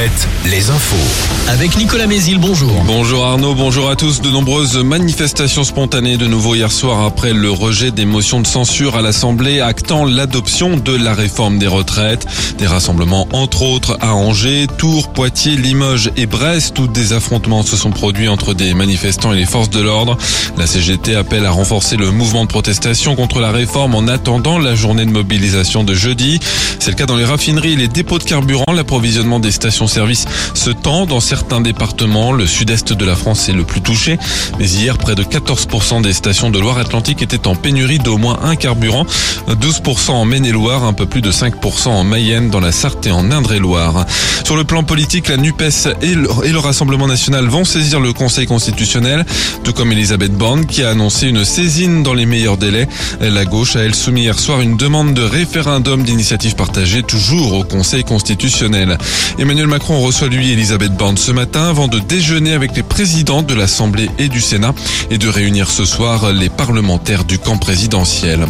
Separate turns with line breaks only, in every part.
7, les infos.
Avec Nicolas Mézil, bonjour.
Bonjour Arnaud, bonjour à tous. De nombreuses manifestations spontanées de nouveau hier soir après le rejet des motions de censure à l'Assemblée actant l'adoption de la réforme des retraites. Des rassemblements entre autres à Angers, Tours, Poitiers, Limoges et Brest où des affrontements se sont produits entre des manifestants et les forces de l'ordre. La CGT appelle à renforcer le mouvement de protestation contre la réforme en attendant la journée de mobilisation de jeudi. C'est le cas dans les raffineries et les dépôts de carburant. L'approvisionnement des stations-service se tend dans certains départements. Le sud-est de la France est le plus touché. Mais hier, près de 14% des stations de Loire-Atlantique étaient en pénurie d'au moins un carburant. 12% en Maine-et-Loire, un peu plus de 5% en Mayenne, dans la Sarthe et en Indre-et-Loire. Sur le plan politique, la NUPES et le Rassemblement national vont saisir le Conseil constitutionnel, tout comme Elisabeth Borne qui a annoncé une saisine dans les meilleurs délais. La gauche a elle soumis hier soir une demande de référendum d'initiative partagée, toujours au Conseil constitutionnel. Emmanuel Macron reçoit lui Elisabeth Borne ce matin avant de déjeuner avec les présidents de l'Assemblée et du Sénat et de réunir ce soir les parlementaires du camp présidentiel.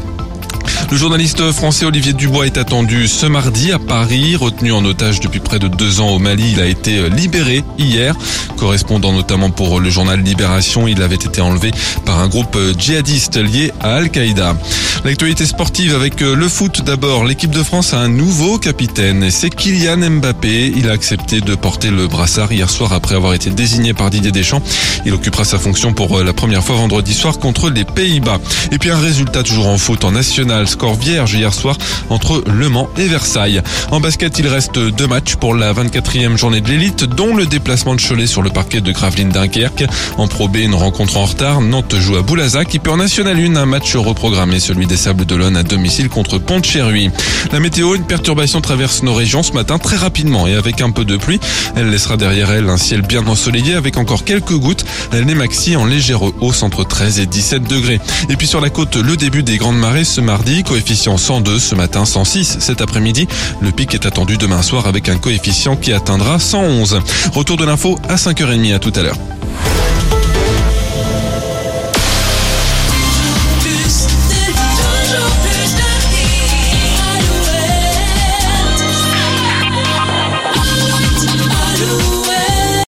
Le journaliste français Olivier Dubois est attendu ce mardi à Paris. Retenu en otage depuis près de 2 ans au Mali, il a été libéré hier. Correspondant notamment pour le journal Libération, il avait été enlevé par un groupe djihadiste lié à Al-Qaïda. L'actualité sportive avec le foot d'abord. L'équipe de France a un nouveau capitaine. C'est Kylian Mbappé. Il a accepté de porter le brassard hier soir après avoir été désigné par Didier Deschamps. Il occupera sa fonction pour la première fois vendredi soir contre les Pays-Bas. Et puis un résultat toujours en foot en national. Score vierge hier soir entre Le Mans et Versailles. En basket, il reste 2 matchs pour la 24e journée de l'élite, dont le déplacement de Cholet sur le parquet de Gravelines-Dunkerque. En Pro B, une rencontre en retard. Nantes joue à Boulazac. Et puis en National 1, un match reprogrammé, celui des Sables d'Olonne à domicile contre Pont-de-Cherruy. La météo, une perturbation traverse nos régions ce matin très rapidement et avec un peu de pluie. Elle laissera derrière elle un ciel bien ensoleillé avec encore quelques gouttes. Les maxi en légère hausse entre 13 et 17 degrés. Et puis sur la côte, le début des grandes marées ce mardi. Coefficient 102 ce matin, 106 cet après-midi. Le pic est attendu demain soir avec un coefficient qui atteindra 111. Retour de l'info à 5h30. À tout à l'heure.